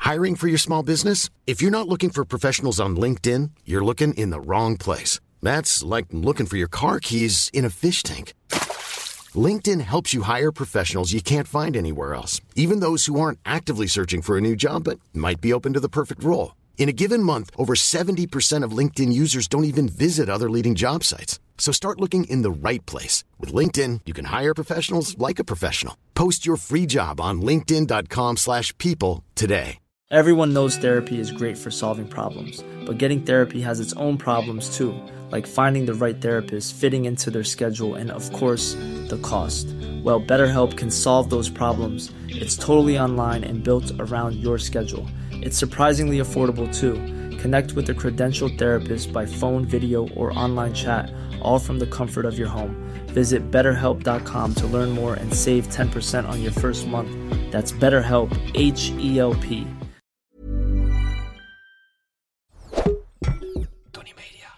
Hiring for your small business? If you're not looking for professionals on LinkedIn, you're looking in the wrong place. That's like looking for your car keys in a fish tank. LinkedIn helps you hire professionals you can't find anywhere else, even those who aren't actively searching for a new job but might be open to the perfect role. In a given month, over 70% of LinkedIn users don't even visit other leading job sites. So start looking in the right place. With LinkedIn, you can hire professionals like a professional. Post your free job on linkedin.com/people today. Everyone knows therapy is great for solving problems, but getting therapy has its own problems too, like finding the right therapist, fitting into their schedule, and of course, the cost. Well, BetterHelp can solve those problems. It's totally online and built around your schedule. It's surprisingly affordable too. Connect with a credentialed therapist by phone, video, or online chat, all from the comfort of your home. Visit BetterHelp.com to learn more and save 10% on your first month. That's BetterHelp, H-E-L-P. Tony Media.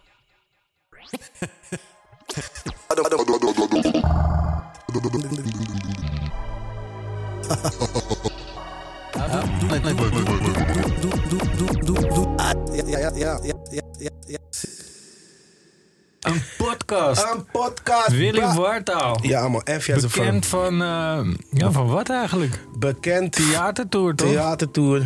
Een podcast. Willy Wartaal. Ja, man. Bekend van wat eigenlijk? Bekend. Theatertour, toch? Theatertour.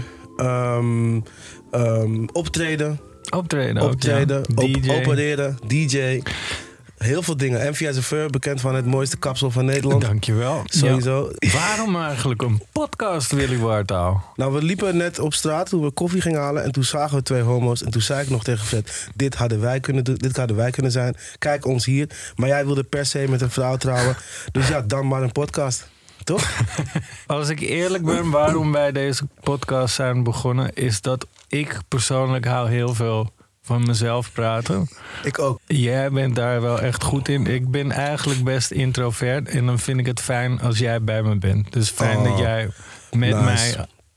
Optreden. Ja. DJ. Opereren. DJ. Heel veel dingen. MC Chauffeur, bekend van het mooiste kapsel van Nederland. Dankjewel. Sowieso. Ja. Waarom eigenlijk een podcast, Willy Wartaal? Nou, we liepen net op straat toen we koffie gingen halen. En toen zagen we 2 homo's. En toen zei ik nog tegen Fred, dit hadden wij kunnen doen. Dit hadden wij kunnen zijn. Kijk ons hier. Maar jij wilde per se met een vrouw trouwen. Dus ja, dan maar een podcast. Toch? Als ik eerlijk ben, waarom wij deze podcast zijn begonnen, is dat ik persoonlijk hou heel veel van mezelf praten. Ik ook. Jij bent daar wel echt goed in. Ik ben eigenlijk best introvert en dan vind ik het fijn als jij bij me bent. Dus fijn dat jij met mij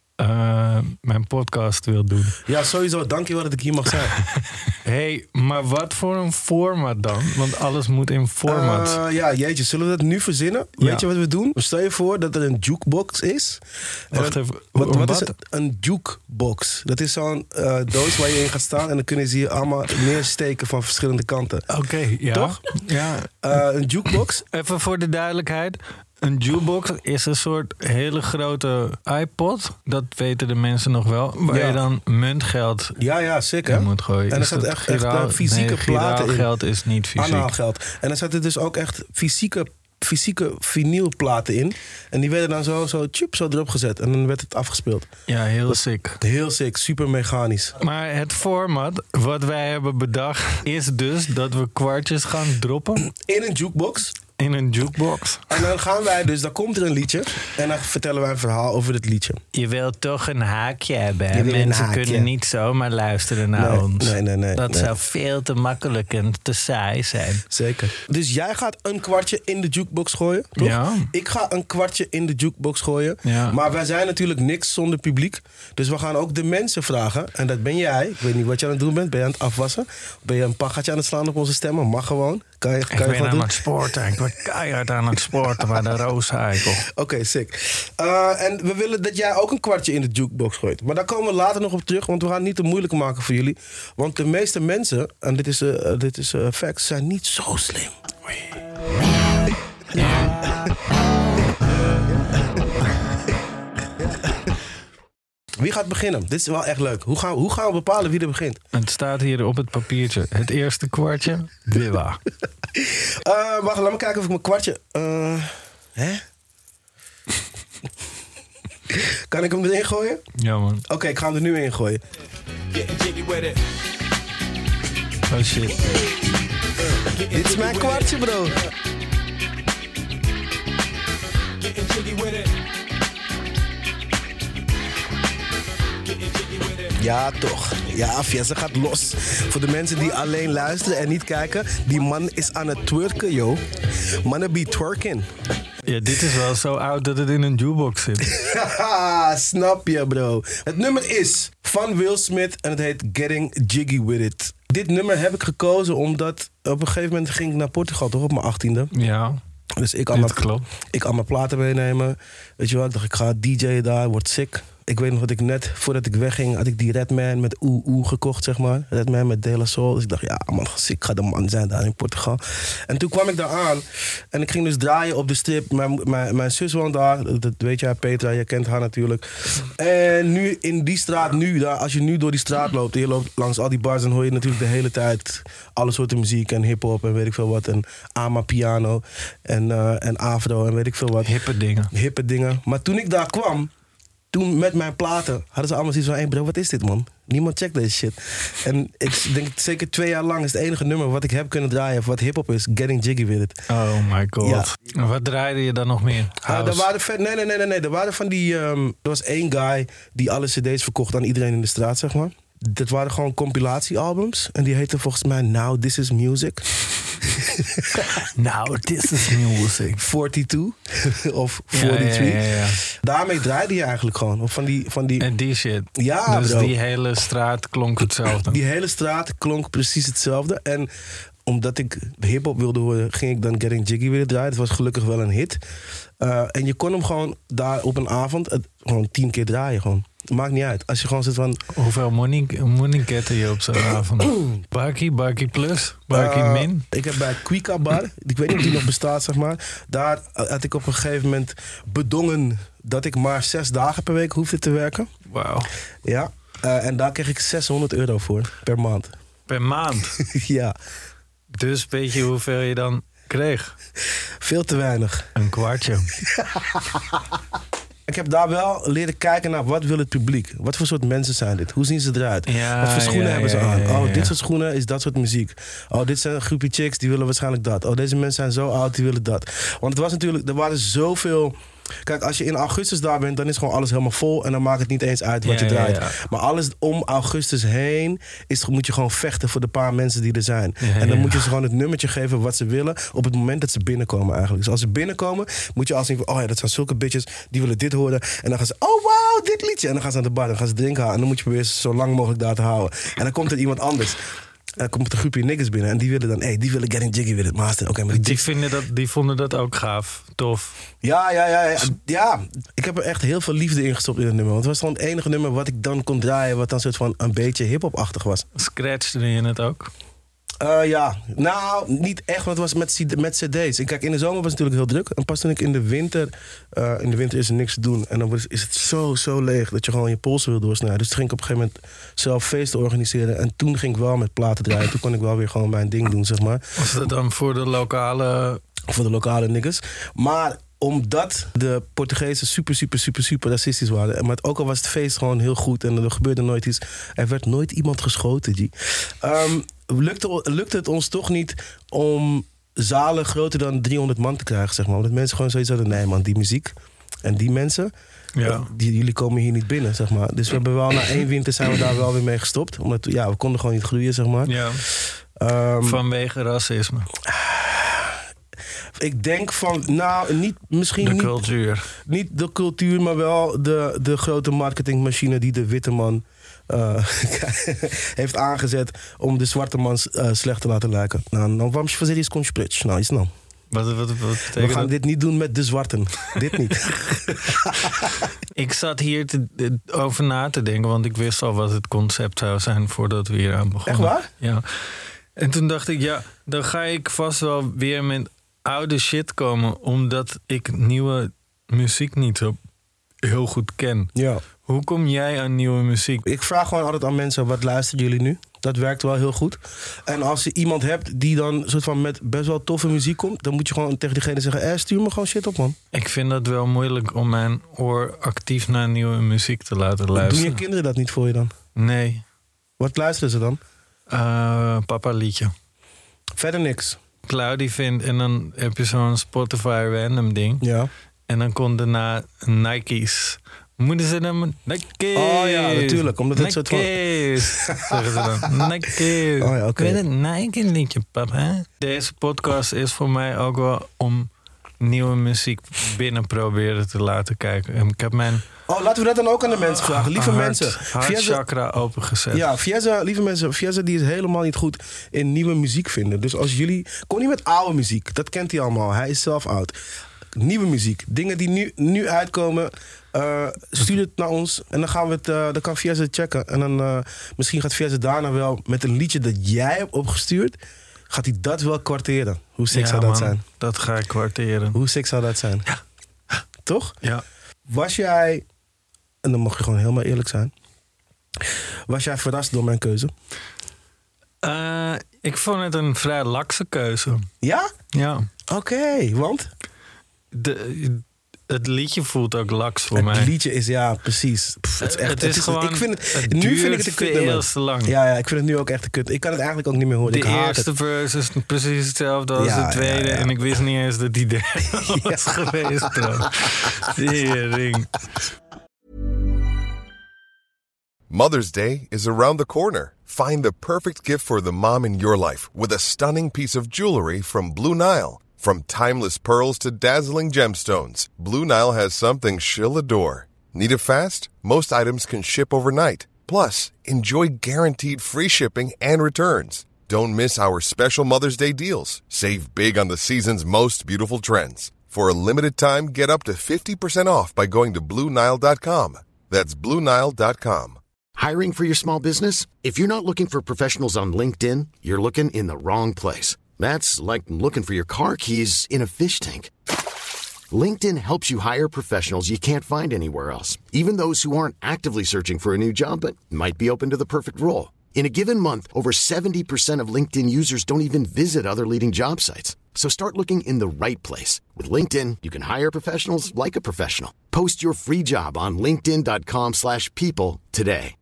mijn podcast wilt doen. Ja, sowieso. Dankjewel dat ik hier mag zijn. Hey, maar wat voor een format dan? Want alles moet in format. Ja, jeetje. Zullen we dat nu verzinnen? Ja. Weet je wat we doen? Stel je voor dat er een jukebox is. Wacht even. Wat is het? Een jukebox. Dat is zo'n doos waar je in gaat staan. En dan kunnen ze je allemaal neersteken van verschillende kanten. Oké, ja. Toch? Ja. Een jukebox. Even voor de duidelijkheid. Een jukebox is een soort hele grote iPod. Dat weten de mensen nog wel. Waar je dan muntgeld Ja, zeker. moet gooien. En er staat echt fysieke platen in. Geld is niet fysiek. Anaalgeld. En dan zaten dus ook echt fysieke vinylplaten in. En die werden dan zo erop gezet. En dan werd het afgespeeld. Ja, heel sick. Heel sick. Super mechanisch. Maar het format wat wij hebben bedacht is dus dat we kwartjes gaan droppen. In een jukebox. In een jukebox. En dan gaan wij dus, dan komt er een liedje. En dan vertellen wij een verhaal over het liedje. Je wilt toch een haakje hebben. Je wil een Mensen haakje. kunnen niet zomaar luisteren naar ons. Nee. Dat zou veel te makkelijk en te saai zijn. Zeker. Dus jij gaat een kwartje in de jukebox gooien, toch? Ja. Ik ga een kwartje in de jukebox gooien. Ja. Maar wij zijn natuurlijk niks zonder publiek. Dus we gaan ook de mensen vragen. En dat ben jij. Ik weet niet wat je aan het doen bent. Ben je aan het afwassen? Ben je een paggatje aan het slaan op onze stemmen? Mag gewoon. Kan je Ik ben gewoon aan doen? het sporten. Ik word keihard aan het sporten bij de Rooseikel. Oké, sick. En we willen dat jij ook een kwartje in de jukebox gooit. Maar daar komen we later nog op terug. Want we gaan het niet te moeilijk maken voor jullie. Want de meeste mensen, en dit is facts, zijn niet zo slim. Wie gaat beginnen? Dit is wel echt leuk. Hoe gaan we bepalen wie er begint? Het staat hier op het papiertje. Het eerste kwartje, Wiwa. Wacht, laat me kijken of ik mijn kwartje... Hè? Kan ik hem erin gooien? Ja, man. Oké, ik ga hem er nu in gooien. Oh, shit. Dit is mijn kwartje, bro. Ja, toch. Ja, Fiesta gaat los. Voor de mensen die alleen luisteren en niet kijken. Die man is aan het twerken, yo. Mannen be twerking. Ja, dit is wel zo oud dat het in een jukebox zit. Haha, snap je, bro. Het nummer is van Will Smith en het heet Getting Jiggy With It. Dit nummer heb ik gekozen omdat op een gegeven moment ging ik naar Portugal, toch op mijn 18e. Ja, Dus ik klopt. kan mijn platen meenemen. Weet je wat, ik dacht ik ga DJ'en daar, wordt sick. Ik weet nog dat ik net, voordat ik wegging, had ik die Redman met Oeh gekocht, zeg maar. Redman met De La Soul. Dus ik dacht, ja man, ik ga de man zijn daar in Portugal. En toen kwam ik daar aan en ik ging dus draaien op de strip. Mijn zus woont daar, dat weet jij, Petra, je kent haar natuurlijk. En nu in die straat, als je nu door die straat loopt en je loopt langs al die bars, dan hoor je natuurlijk de hele tijd alle soorten muziek en hiphop en weet ik veel wat. En Amapiano en Afro en weet ik veel wat. Hippe dingen. Maar toen ik daar kwam, toen met mijn platen, hadden ze allemaal zoiets van, hey bro, wat is dit man? Niemand checkt deze shit. En ik denk zeker 2 jaar lang is het enige nummer wat ik heb kunnen draaien wat hiphop is, Getting Jiggy With It. Oh my god. Ja. En wat draaide je dan nog meer? Er waren er waren van die, er was 1 guy die alle cd's verkocht aan iedereen in de straat, zeg maar. Dat waren gewoon compilatiealbums. En die heette volgens mij Now This Is Music. Now This Is Music. 42 of 43. Ja. Daarmee draaide je eigenlijk gewoon. Of van die... En die shit. Ja, dus bro. die hele straat klonk hetzelfde. Die hele straat klonk precies hetzelfde. En omdat ik hiphop wilde horen, ging ik dan Getting Jiggy With It draaien. Het was gelukkig wel een hit. En je kon hem gewoon daar op een avond gewoon 10 keer draaien gewoon. Maakt niet uit. Als je gewoon zit van... Hoeveel money ketten je op zo'n avond? Barkie plus? Barkie min? Ik heb bij Kwika Bar, ik weet niet of die nog bestaat, zeg maar. Daar had ik op een gegeven moment bedongen dat ik maar 6 dagen per week hoefde te werken. Wauw. Ja. En daar kreeg ik €600 voor per maand. Per maand? Ja. Dus weet je hoeveel je dan kreeg? Veel te weinig. Een kwartje. Ik heb daar wel leren kijken naar wat wil het publiek. Wat voor soort mensen zijn dit? Hoe zien ze eruit? Wat voor schoenen hebben ze aan? Dit soort schoenen is dat soort muziek. Dit zijn een groepje chicks, die willen waarschijnlijk dat. Deze mensen zijn zo oud, die willen dat. Want het was natuurlijk, er waren zoveel... Kijk, als je in augustus daar bent, dan is gewoon alles helemaal vol. En dan maakt het niet eens uit wat je draait. Ja. Maar alles om augustus heen moet je gewoon vechten voor de paar mensen die er zijn. En dan moet je ze gewoon het nummertje geven wat ze willen op het moment dat ze binnenkomen eigenlijk. Dus als ze binnenkomen, moet je al zien van, dat zijn zulke bitches, die willen dit horen. En dan gaan ze, oh wow, dit liedje. En dan gaan ze aan de bar, dan gaan ze drinken halen. En dan moet je proberen ze zo lang mogelijk daar te houden. En dan komt er iemand anders. En dan komt een groepje niggas binnen en die willen dan, die willen Getting Jiggy With It, master. Okay, maar die vonden dat ook gaaf, tof. Ja, ik heb er echt heel veel liefde in gestopt in het nummer. Want het was gewoon het enige nummer wat ik dan kon draaien, wat dan soort van een beetje hiphop-achtig was. Scratchte je het ook? Ja, nou, niet echt, want het was met cd's. En kijk, in de zomer was het natuurlijk heel druk. En pas toen ik in de winter is er niks te doen. En dan is het zo leeg dat je gewoon je polsen wil doorsnijden. Dus toen ging ik op een gegeven moment zelf feesten organiseren. En toen ging ik wel met platen draaien. Toen kon ik wel weer gewoon mijn ding doen, zeg maar. Was dat dan voor de lokale... Voor de lokale niggas. Maar omdat de Portugezen super racistisch waren. Maar ook al was het feest gewoon heel goed en er gebeurde nooit iets. Er werd nooit iemand geschoten, G. Lukte het ons toch niet om zalen groter dan 300 man te krijgen, zeg maar. Omdat mensen gewoon zoiets hadden, nee man, die muziek en die mensen, jullie komen hier niet binnen, zeg maar. Dus we hebben wel na 1 winter zijn we daar wel weer mee gestopt. Omdat we konden gewoon niet groeien, zeg maar. Ja. Vanwege racisme. Ik denk van, de cultuur. Niet de cultuur, maar wel de grote marketingmachine die de witte man heeft aangezet om de zwarte man slecht te laten lijken. Nou, vamos fazer isso com os pretos. Nou, is nou. Wat betekent We gaan dit niet doen met de zwarten. Dit niet. Ik zat hier over na te denken, want ik wist al wat het concept zou zijn voordat we hier aan begonnen. Echt waar? Ja. En toen dacht ik, dan ga ik vast wel weer met oude shit komen, omdat ik nieuwe muziek niet zo heel goed ken. Ja. Hoe kom jij aan nieuwe muziek? Ik vraag gewoon altijd aan mensen, wat luisteren jullie nu? Dat werkt wel heel goed. En als je iemand hebt die dan soort van met best wel toffe muziek komt, dan moet je gewoon tegen diegene zeggen, stuur me gewoon shit op, man. Ik vind het wel moeilijk om mijn oor actief naar nieuwe muziek te laten luisteren. Doen je kinderen dat niet voor je dan? Nee. Wat luisteren ze dan? Papa liedje. Verder niks. Cloudy vindt, en dan heb je zo'n Spotify random ding. Ja. En dan komt daarna Nike's. Moeten ze dan Nike's? Oh ja, natuurlijk. Omdat het soort van... Nike's, zeggen ze dan. Nike's. Oh ja, oké. Ik weet het Nike liedje, papa. Deze podcast is voor mij ook wel om nieuwe muziek binnen proberen te laten kijken. En ik heb mijn... laten we dat dan ook aan de mensen vragen. Lieve mensen. Hartchakra opengezet. Ja, lieve mensen. Fiesa die is helemaal niet goed in nieuwe muziek vinden. Dus als jullie... Kom niet met oude muziek. Dat kent hij allemaal. Hij is zelf oud. nieuwe muziek. Dingen die nu uitkomen. Stuur het naar ons. En dan gaan we het. Dan kan Fierce checken. En dan misschien gaat Fierce daarna wel met een liedje dat jij hebt opgestuurd. Gaat hij dat wel kwarteren? Hoe sick zou dat zijn? Dat ga ik kwarteren. Hoe sick zou dat zijn? Ja. Toch? Ja. Was jij, en dan mag je gewoon helemaal eerlijk zijn. Was jij verrast door mijn keuze? Ik vond het een vrij lakse keuze. Ja? Ja. Oké, want? Het liedje voelt ook laks voor mij. Het liedje is, ja, precies. Het is gewoon... Nu vind ik het een kutnummer. Te lang. Ja, ik vind het nu ook echt een kut. Ik kan het eigenlijk ook niet meer horen. De eerste verse is precies hetzelfde als de tweede. Ja. En ik wist niet eens dat die derde was geweest. Ring. Mother's Day is around the corner. Find the perfect gift for the mom in your life with a stunning piece of jewelry from Blue Nile. From timeless pearls to dazzling gemstones, Blue Nile has something she'll adore. Need it fast? Most items can ship overnight. Plus, enjoy guaranteed free shipping and returns. Don't miss our special Mother's Day deals. Save big on the season's most beautiful trends. For a limited time, get up to 50% off by going to BlueNile.com. That's BlueNile.com. Hiring for your small business? If you're not looking for professionals on LinkedIn, you're looking in the wrong place. That's like looking for your car keys in a fish tank. LinkedIn helps you hire professionals you can't find anywhere else, even those who aren't actively searching for a new job but might be open to the perfect role. In a given month, over 70% of LinkedIn users don't even visit other leading job sites. So start looking in the right place. With LinkedIn, you can hire professionals like a professional. Post your free job on linkedin.com/people today.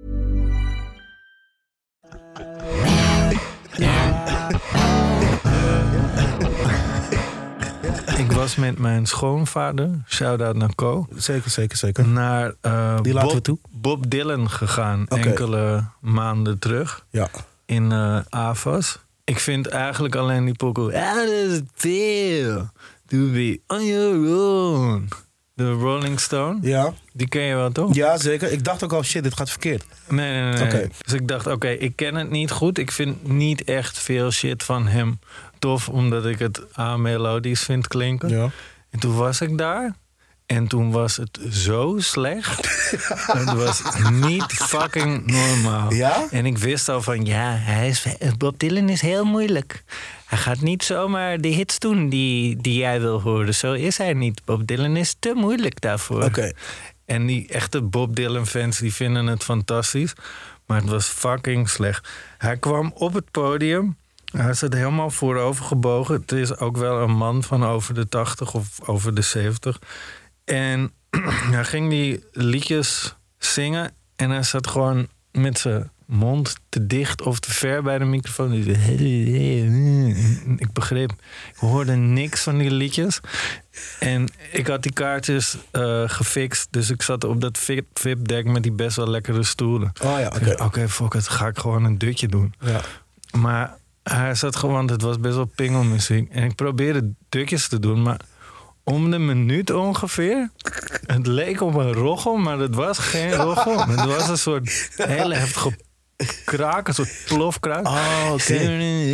Ik was met mijn schoonvader, shout-out naar Co. Zeker. Naar die laten we toe. Bob Dylan gegaan, enkele maanden terug. Ja. In Avas. Ik vind eigenlijk alleen die pokoe. How does it feel to be on your own? De Rolling Stone. Ja. Die ken je wel, toch? Ja, zeker. Ik dacht ook al, shit, dit gaat verkeerd. Nee. Okay. Dus ik dacht, oké, ik ken het niet goed. Ik vind niet echt veel shit van hem tof, omdat ik het melodisch vind klinken. Ja. En toen was ik daar. En toen was het zo slecht. Het was niet fucking normaal. Ja? En ik wist al van, Bob Dylan is heel moeilijk. Hij gaat niet zomaar de hits doen die jij wil horen. Zo is hij niet. Bob Dylan is te moeilijk daarvoor. Oké. En die echte Bob Dylan fans die vinden het fantastisch. Maar het was fucking slecht. Hij kwam op het podium. Hij zat helemaal voorover gebogen. Het is ook wel een man van over de 80 of over de 70. En hij ging die liedjes zingen. En hij zat gewoon met zijn mond te dicht of te ver bij de microfoon. Ik begreep, ik hoorde niks van die liedjes. En ik had die kaartjes gefixt. Dus ik zat op dat VIP-deck met die best wel lekkere stoelen. Oh ja, oké, fuck it, ga ik gewoon een dutje doen. Ja. Maar hij zat gewoon, het was best wel pingelmuziek. En ik probeerde dutjes te doen, maar om de minuut ongeveer. Het leek op een roggel, maar het was geen roggel. Het was een soort hele heftige kraak, een soort plofkraak. Oh, oké.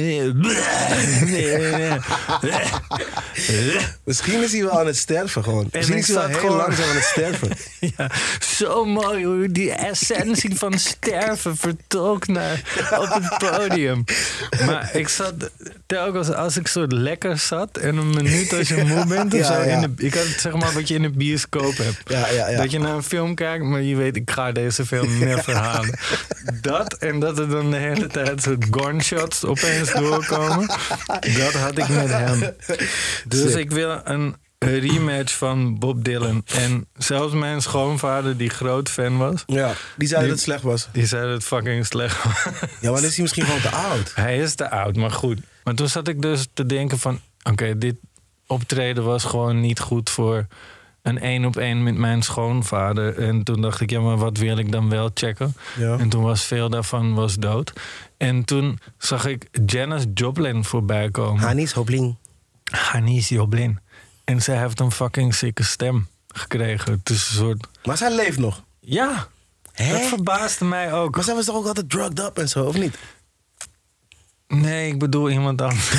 Misschien is hij wel aan het sterven gewoon. Misschien is hij wel heel langzaam aan het sterven. Ja, zo mooi hoe die essentie van sterven vertolkt op het podium. Maar ik zat telkens als ik soort lekker zat en een minuut als je moe bent of zo. Ik had zeg maar wat je in een bioscoop hebt. Ja. Dat je naar een film kijkt, maar je weet, ik ga deze film never halen. Dat en dat er dan de hele tijd soort gunshots opeens doorkomen. Dat had ik met hem. Dus ik wil een rematch van Bob Dylan. En zelfs mijn schoonvader, die groot fan was. Ja, die zei dat het slecht was. Die zei dat het fucking slecht was. Ja, maar is hij misschien gewoon te oud? Hij is te oud, maar goed. Maar toen zat ik dus te denken van, oké, dit optreden was gewoon niet goed voor een 1-op-1 met mijn schoonvader. En toen dacht ik, ja, maar wat wil ik dan wel checken? Ja. En toen was veel daarvan dood. En toen zag ik Janis Joplin voorbij komen. Janis Joplin. En zij heeft een fucking sikke stem gekregen. Het is een soort... Maar zij leeft nog? Ja. Hè? Dat verbaasde mij ook. Maar zij was toch ook altijd drugged up en zo, of niet? Nee, ik bedoel iemand anders.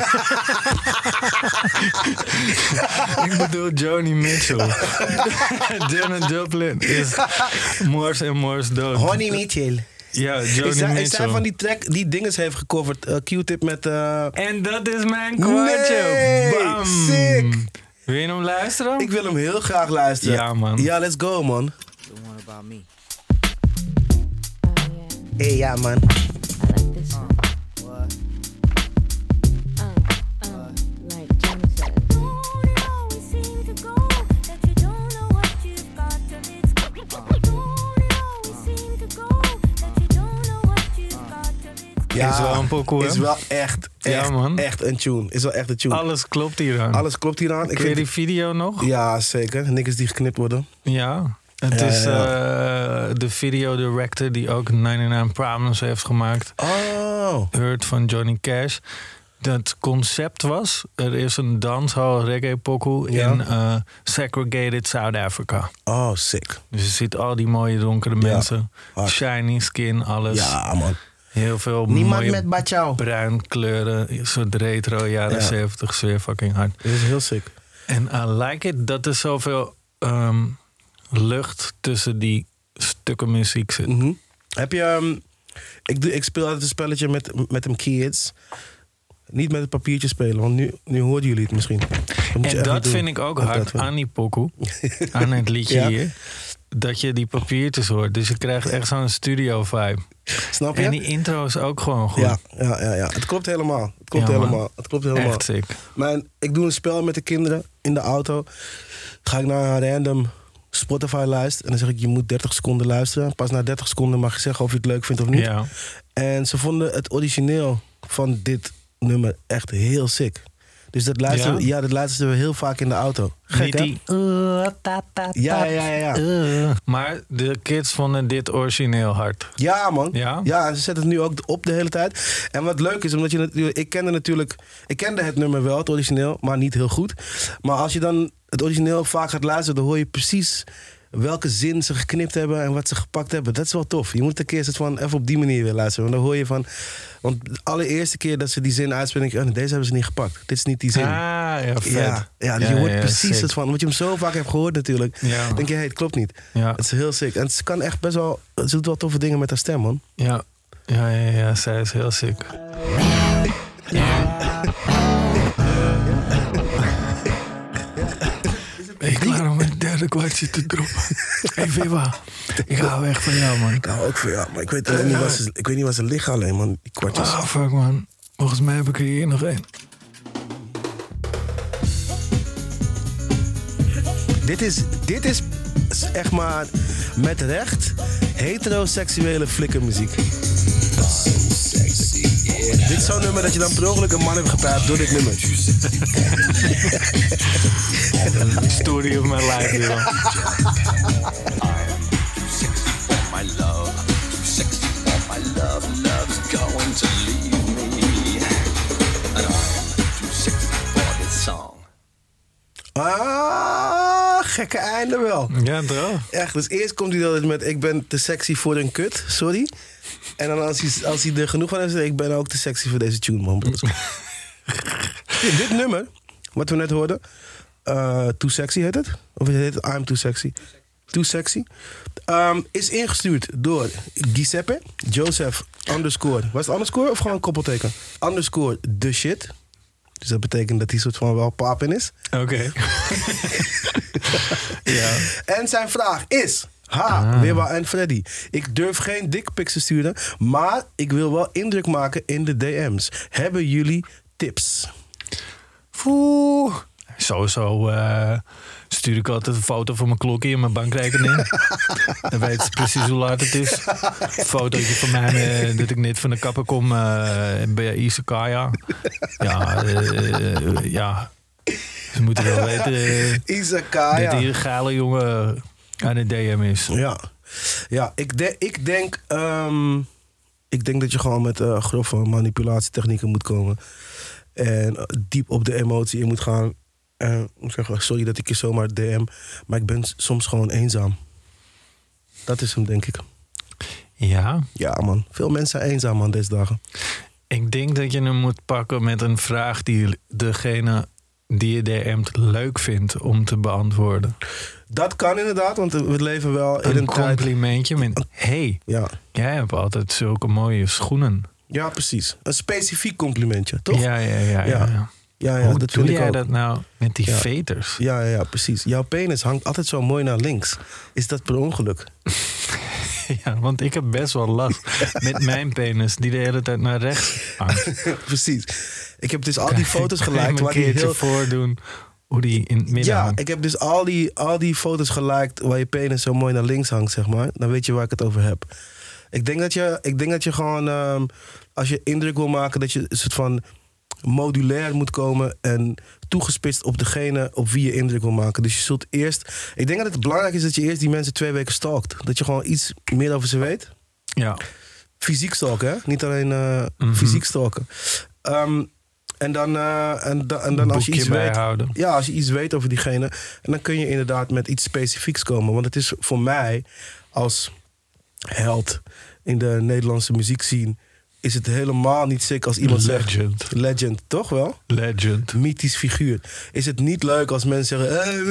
Ik bedoel Joni Mitchell. Janet Joplin is Morse en Morse dood. Honey Mitchell. Ja, Joni Mitchell. Is hij van die track die dinges heeft gecoverd? Q-tip met... En dat is mijn kwartje. Nee, Bam. sick. Wil je hem luisteren? Ik wil hem heel graag luisteren. Ja, man. Ja, let's go, man. The one about me. Hey, ja, man. I like this one. What? Like Johnny said. Don't it always seem to go that you don't know what you've got till it's gone? Don't it always seem to go that you don't know what you've got till it's Ja, Is wel een pokoe, hè? Is wel echt man. echt een tune. Is wel echt een tune. Alles klopt hieraan. Alles klopt hieraan. Ken je die video nog? Ja, zeker. Niks die geknipt worden. Ja. Het Ja, is ja. de videodirector die ook 99 Problems heeft gemaakt. Oh. Heard van Johnny Cash. Het concept was, er is een dancehall reggae pokoe Ja. in segregated South Africa. Oh, sick. Dus je ziet al die mooie donkere mensen. hard. Shiny skin, alles. Ja, man. Heel veel Niemand mooie met Bachau. bruin kleuren. Een soort retro jaren Ja. 70, zeer fucking hard. Dit is heel sick. En I like it dat er zoveel lucht tussen die stukken muziek zit. Mhm. Heb je... ik speel altijd een spelletje met hem kids. Niet met het papiertje spelen, want nu hoorden jullie het misschien. moet je En echt dat niet doen. vind ik ook Dat hard vind ik. aan die pokoe. Aan het liedje Ja. hier. Dat je die papiertjes hoort. Dus je krijgt echt zo'n studio vibe. Snap je? En die intro is ook gewoon goed. Ja. Het klopt helemaal. Het klopt Ja, man. helemaal. Het klopt helemaal. Echt sick. Ik doe een spel met de kinderen in de auto. Ga ik naar een random Spotify-lijst. En dan zeg ik, je moet 30 seconden luisteren. Pas na 30 seconden mag je zeggen of je het leuk vindt of niet. Ja. En ze vonden het origineel van dit nummer echt heel sick. Dus dat luisteren we heel vaak in de auto. Gek, Niet hè? die... Ja. Maar de kids vonden dit origineel hard. Ja, man. Ja? Ja, en ze zetten het nu ook op de hele tijd. En wat leuk is, omdat je natuurlijk... Ik kende het nummer wel, het origineel, maar niet heel goed. Maar als je dan het origineel vaak gaat luisteren, dan hoor je precies welke zin ze geknipt hebben en wat ze gepakt hebben. Dat is wel tof. Je moet een keer van even op die manier weer luisteren. Want dan hoor je van... Want de allereerste keer dat ze die zin uitspelen, denk je, oh, nee, deze hebben ze niet gepakt. Dit is niet die zin. Ja, vet. Ja, dus je hoort precies sick. het van. Omdat je hem zo vaak hebt gehoord natuurlijk. Ja. Denk je, hey, het klopt niet. Ja. Het is heel sick. En ze kan echt best wel... Ze doet wel toffe dingen met haar stem, man. Ja, zij is heel sick. Ben je klaar om een derde kwartje te droppen? Hey Viva, ik hou echt van jou, man. Ik hou ook van jou, maar ik weet alleen niet waar ze liggen alleen, man. Die kwartjes. Oh, fuck, man. Volgens mij heb ik er hier nog één. Dit is echt maar met recht heteroseksuele flikkermuziek. Dit is zo'n nummer dat je dan per ongeluk een man hebt gepijpt door dit nummer. Story of my life, joh. Gekke einde wel. Ja, toch? Echt, dus eerst komt hij altijd met ik ben te sexy voor een kut, sorry. En dan als hij er genoeg van heeft, ik ben ook te sexy voor deze tune, man. Dit nummer, wat we net hoorden, Too Sexy heet het? Of heet het I'm Too Sexy? Too Sexy. Is ingestuurd door Giuseppe Joseph underscore. Was het underscore of gewoon een koppelteken? Underscore the shit. Dus dat betekent dat hij soort van wel paap in is. Oké. Ja. En zijn vraag is... Weerwa en Freddy. Ik durf geen dickpics te sturen, maar ik wil wel indruk maken in de DM's. Hebben jullie tips? Sowieso stuur ik altijd een foto van mijn klokje en mijn bankrekening. Dan weet ze precies hoe laat het is. Een fotootje van mij dat ik net van de kapper kom bij Isakaya. Ja. Ze moeten wel weten Isakaya. dat hier een geile jongen aan de DM is. Ja, ik denk dat je gewoon met grove manipulatietechnieken moet komen. En diep op de emotie in moet gaan. Ik zeg, sorry dat ik je zomaar DM, maar ik ben soms gewoon eenzaam. Dat is hem, denk ik. Ja. Ja, man. Veel mensen zijn eenzaam, man, deze dagen. Ik denk dat je hem moet pakken met een vraag die degene die je DM't leuk vindt om te beantwoorden. Dat kan inderdaad, want we leven wel in Een een tijd... complimentje met... Hey, Ja. jij hebt altijd zulke mooie schoenen. Ja, precies. Een specifiek complimentje, toch? Ja. Ja, Hoe dat doe vind ik jij ook. dat nou met die Ja. veters? Ja, precies. Jouw penis hangt altijd zo mooi naar links. Is dat per ongeluk? Ja, want ik heb best wel last met mijn penis die de hele tijd naar rechts hangt. Precies. Ik heb dus al die foto's Kan je geliked me waar een die keertje heel... voordoen hoe die in het midden Ja, hangt. ik heb dus al die foto's geliked waar je penis zo mooi naar links hangt, zeg maar. Dan weet je waar ik het over heb. Ik denk dat je gewoon, als je indruk wil maken, dat je een soort van modulair moet komen en toegespitst op degene op wie je indruk wil maken. Dus je zult eerst... Ik denk dat het belangrijk is dat je eerst die mensen 2 weken stalkt. Dat je gewoon iets meer over ze weet. Ja. Fysiek stalken, hè? Niet alleen fysiek stalken. En dan als je Boekje iets weet... bijhouden. Ja, als je iets weet over diegene. En dan kun je inderdaad met iets specifieks komen. Want het is voor mij als held in de Nederlandse muziekscene... is het helemaal niet sick als iemand zegt... Legend, toch wel? Legend. Mythisch figuur. Is het niet leuk als mensen zeggen...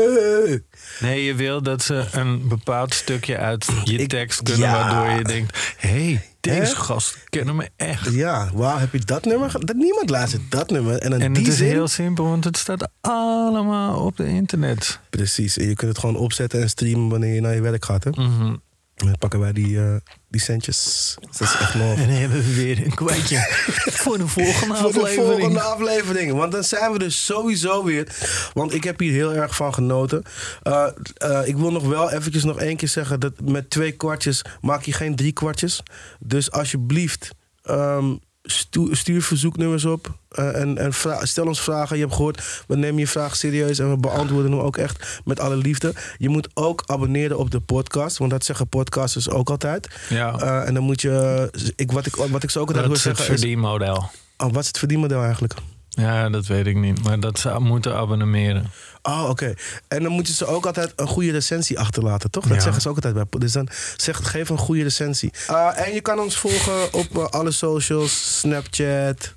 Nee, je wil dat ze een bepaald stukje uit je tekst kunnen... ja. waardoor je denkt... Hé, deze Hè? gast kennen me echt. Ja, wauw, heb je dat nummer? Niemand luistert dat nummer. En, En die het is zin, heel simpel, want het staat allemaal op de internet. Precies, en je kunt het gewoon opzetten en streamen wanneer je naar je werk gaat. Hè? En dan pakken wij die centjes. Dat is echt love. En dan hebben we weer een kwijtje voor de volgende Voor de aflevering. volgende aflevering. Want dan zijn we dus sowieso weer. Want ik heb hier heel erg van genoten. Ik wil nog wel eventjes nog 1 keer zeggen... dat met 2 kwartjes maak je geen 3 kwartjes. Dus alsjeblieft... stuur verzoeknummers op en stel ons vragen. Je hebt gehoord, we nemen je vraag serieus en we beantwoorden hem ook echt met alle liefde. Je moet ook abonneren op de podcast, want dat zeggen podcasters ook altijd. Ja. En dan moet je, wat ik zo ook altijd Dat wil is het zeggen is... verdienmodel. Wat is het verdienmodel eigenlijk? Ja, dat weet ik niet. Maar dat ze moeten abonneren. Oh, oké. En dan moeten ze ook altijd een goede recensie achterlaten, toch? Dat Ja. zeggen ze ook altijd bij. Dus dan geef een goede recensie. En je kan ons volgen op alle socials. Snapchat,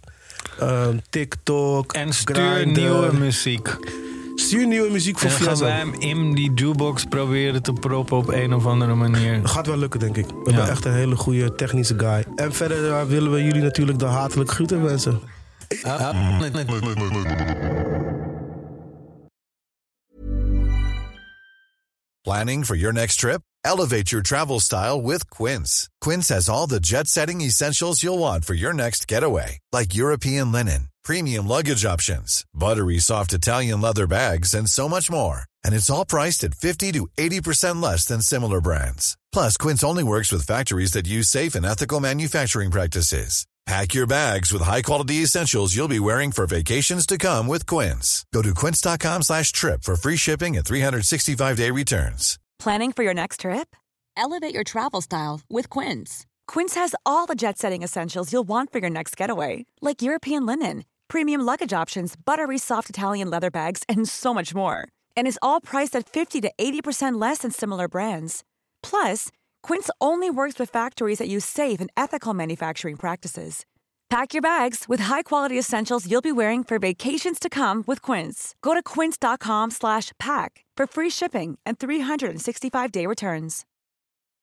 TikTok, En stuur Grindr. nieuwe muziek. Stuur nieuwe muziek voor En dan gaan Fiazzo. wij hem in die jukebox proberen te proppen op een of andere manier. Gaat wel lukken, denk ik. We hebben echt een hele goede technische guy. En verder willen we jullie natuurlijk de hartelijk groeten wensen. Planning for your next trip? Elevate your travel style with Quince. Quince has all the jet-setting essentials you'll want for your next getaway, like European linen, premium luggage options, buttery soft Italian leather bags, and so much more. And it's all priced at 50 to 80% less than similar brands. Plus, Quince only works with factories that use safe and ethical manufacturing practices. Pack your bags with high-quality essentials you'll be wearing for vacations to come with Quince. Go to quince.com/trip for free shipping and 365-day returns. Planning for your next trip? Elevate your travel style with Quince. Quince has all the jet-setting essentials you'll want for your next getaway, like European linen, premium luggage options, buttery soft Italian leather bags, and so much more. And is all priced at 50 to 80% less than similar brands. Plus, Quince only works with factories that use safe and ethical manufacturing practices. Pack your bags with high-quality essentials you'll be wearing for vacations to come with Quince. Go to quince.com/pack for free shipping and 365-day returns.